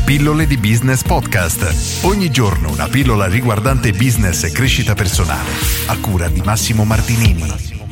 Pillole di Business Podcast. Ogni giorno una pillola riguardante business e crescita personale. A cura di Massimo Martinini.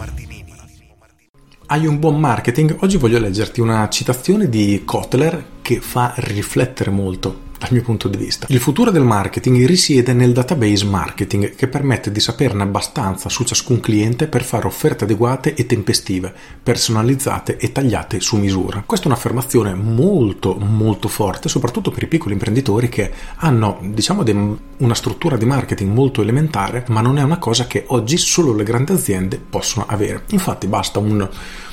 Hai un buon marketing? Oggi voglio leggerti una citazione di Kotler che fa riflettere molto dal mio punto di vista. Il futuro del marketing risiede nel database marketing, che permette di saperne abbastanza su ciascun cliente per fare offerte adeguate e tempestive, personalizzate e tagliate su misura. Questa è un'affermazione molto forte, soprattutto per i piccoli imprenditori che hanno, una struttura di marketing molto elementare, ma non è una cosa che oggi solo le grandi aziende possono avere. Infatti basta un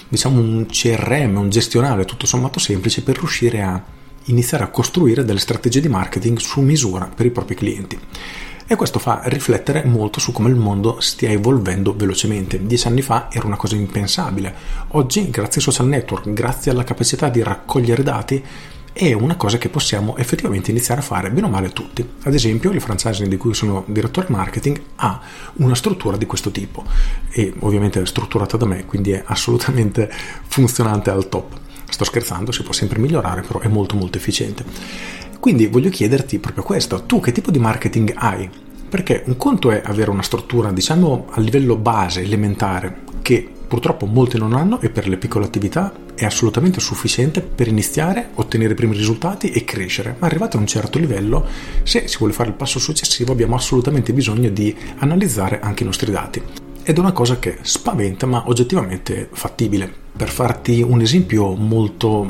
CRM, un gestionale tutto sommato semplice per riuscire a iniziare a costruire delle strategie di marketing su misura per i propri clienti. E questo fa riflettere molto su come il mondo stia evolvendo velocemente. 10 anni fa era una cosa impensabile. Oggi, grazie ai social network, grazie alla capacità di raccogliere dati, è una cosa che possiamo effettivamente iniziare a fare bene o male tutti. Ad esempio, il franchising di cui sono direttore marketing ha una struttura di questo tipo e ovviamente è strutturata da me, quindi è assolutamente funzionante al top. Sto scherzando, si può sempre migliorare, però è molto efficiente. Quindi voglio chiederti proprio questo: tu che tipo di marketing hai? Perché un conto è avere una struttura, a livello base, elementare, che purtroppo molti non hanno e per le piccole attività è assolutamente sufficiente per iniziare, ottenere i primi risultati e crescere. Ma arrivato a un certo livello, se si vuole fare il passo successivo, abbiamo assolutamente bisogno di analizzare anche i nostri dati. Ed è una cosa che spaventa, ma oggettivamente fattibile. Per farti un esempio molto,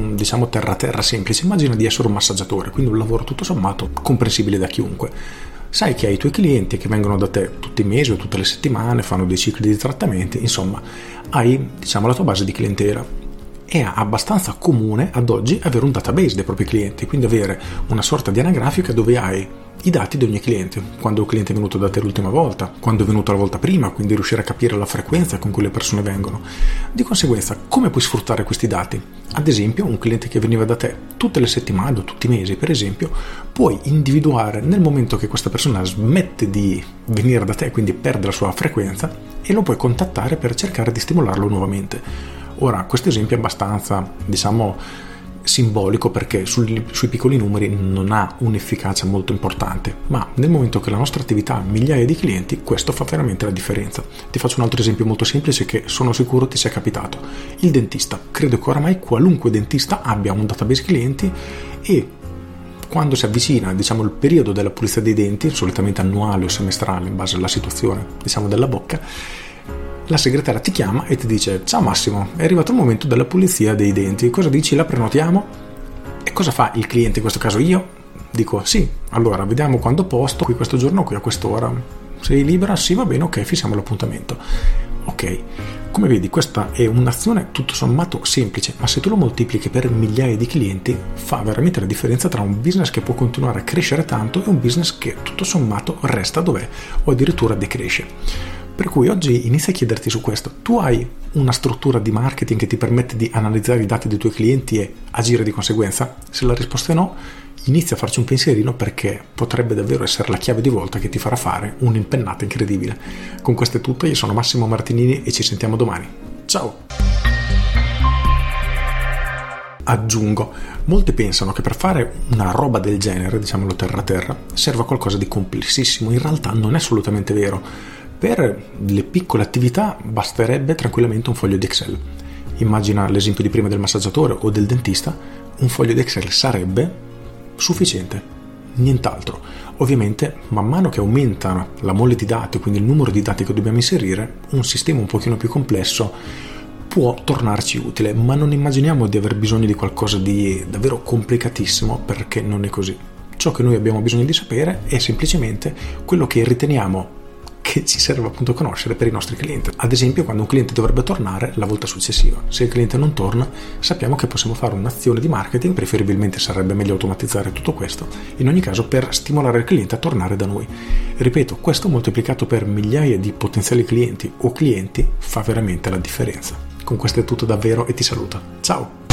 terra semplice, immagina di essere un massaggiatore, quindi un lavoro tutto sommato comprensibile da chiunque. Sai che hai i tuoi clienti che vengono da te tutti i mesi o tutte le settimane, fanno dei cicli di trattamenti, insomma, hai, la tua base di clientela. È abbastanza comune ad oggi avere un database dei propri clienti, quindi avere una sorta di anagrafica dove hai i dati di ogni cliente, quando il cliente è venuto da te l'ultima volta, quando è venuto la volta prima, quindi riuscire a capire la frequenza con cui le persone vengono. Di conseguenza, come puoi sfruttare questi dati? Ad esempio, un cliente che veniva da te tutte le settimane o tutti i mesi, per esempio, puoi individuare nel momento che questa persona smette di venire da te, quindi perde la sua frequenza, e lo puoi contattare per cercare di stimolarlo nuovamente. Ora, questo esempio è abbastanza, simbolico, perché sui piccoli numeri non ha un'efficacia molto importante, ma nel momento che la nostra attività ha migliaia di clienti, questo fa veramente la differenza. Ti faccio un altro esempio molto semplice che sono sicuro ti sia capitato: il dentista. Credo che oramai qualunque dentista abbia un database clienti e quando si avvicina il periodo della pulizia dei denti, solitamente annuale o semestrale in base alla situazione della bocca, la segretaria ti chiama e ti dice: ciao Massimo, è arrivato il momento della pulizia dei denti, cosa dici, la prenotiamo? E cosa fa il cliente, in questo caso io? Dico sì, allora vediamo quando posto, qui questo giorno, qui a quest'ora, sei libera? Sì, va bene, ok, fissiamo l'appuntamento. Ok, come vedi questa è un'azione tutto sommato semplice, ma se tu lo moltiplichi per migliaia di clienti fa veramente la differenza tra un business che può continuare a crescere tanto e un business che tutto sommato resta dov'è o addirittura decresce. Per cui oggi inizia a chiederti su questo: tu hai una struttura di marketing che ti permette di analizzare i dati dei tuoi clienti e agire di conseguenza? Se la risposta è no, inizia a farci un pensierino, perché potrebbe davvero essere la chiave di volta che ti farà fare un'impennata incredibile. Con questo è tutto, io sono Massimo Martinini e ci sentiamo domani. Ciao! Aggiungo, molti pensano che per fare una roba del genere, terra serva qualcosa di complessissimo. In realtà non è assolutamente vero. Per le piccole attività basterebbe tranquillamente un foglio di Excel. Immagina l'esempio di prima del massaggiatore o del dentista: un foglio di Excel sarebbe sufficiente, nient'altro. Ovviamente, man mano che aumenta la mole di dati, quindi il numero di dati che dobbiamo inserire, un sistema un pochino più complesso può tornarci utile, ma non immaginiamo di aver bisogno di qualcosa di davvero complicatissimo, perché non è così. Ciò che noi abbiamo bisogno di sapere è semplicemente quello che riteniamo che ci serve appunto conoscere per i nostri clienti. Ad esempio, quando un cliente dovrebbe tornare la volta successiva. Se il cliente non torna, sappiamo che possiamo fare un'azione di marketing, preferibilmente sarebbe meglio automatizzare tutto questo, in ogni caso per stimolare il cliente a tornare da noi. Ripeto, questo moltiplicato per migliaia di potenziali clienti o clienti fa veramente la differenza. Con questo è tutto davvero e ti saluto. Ciao!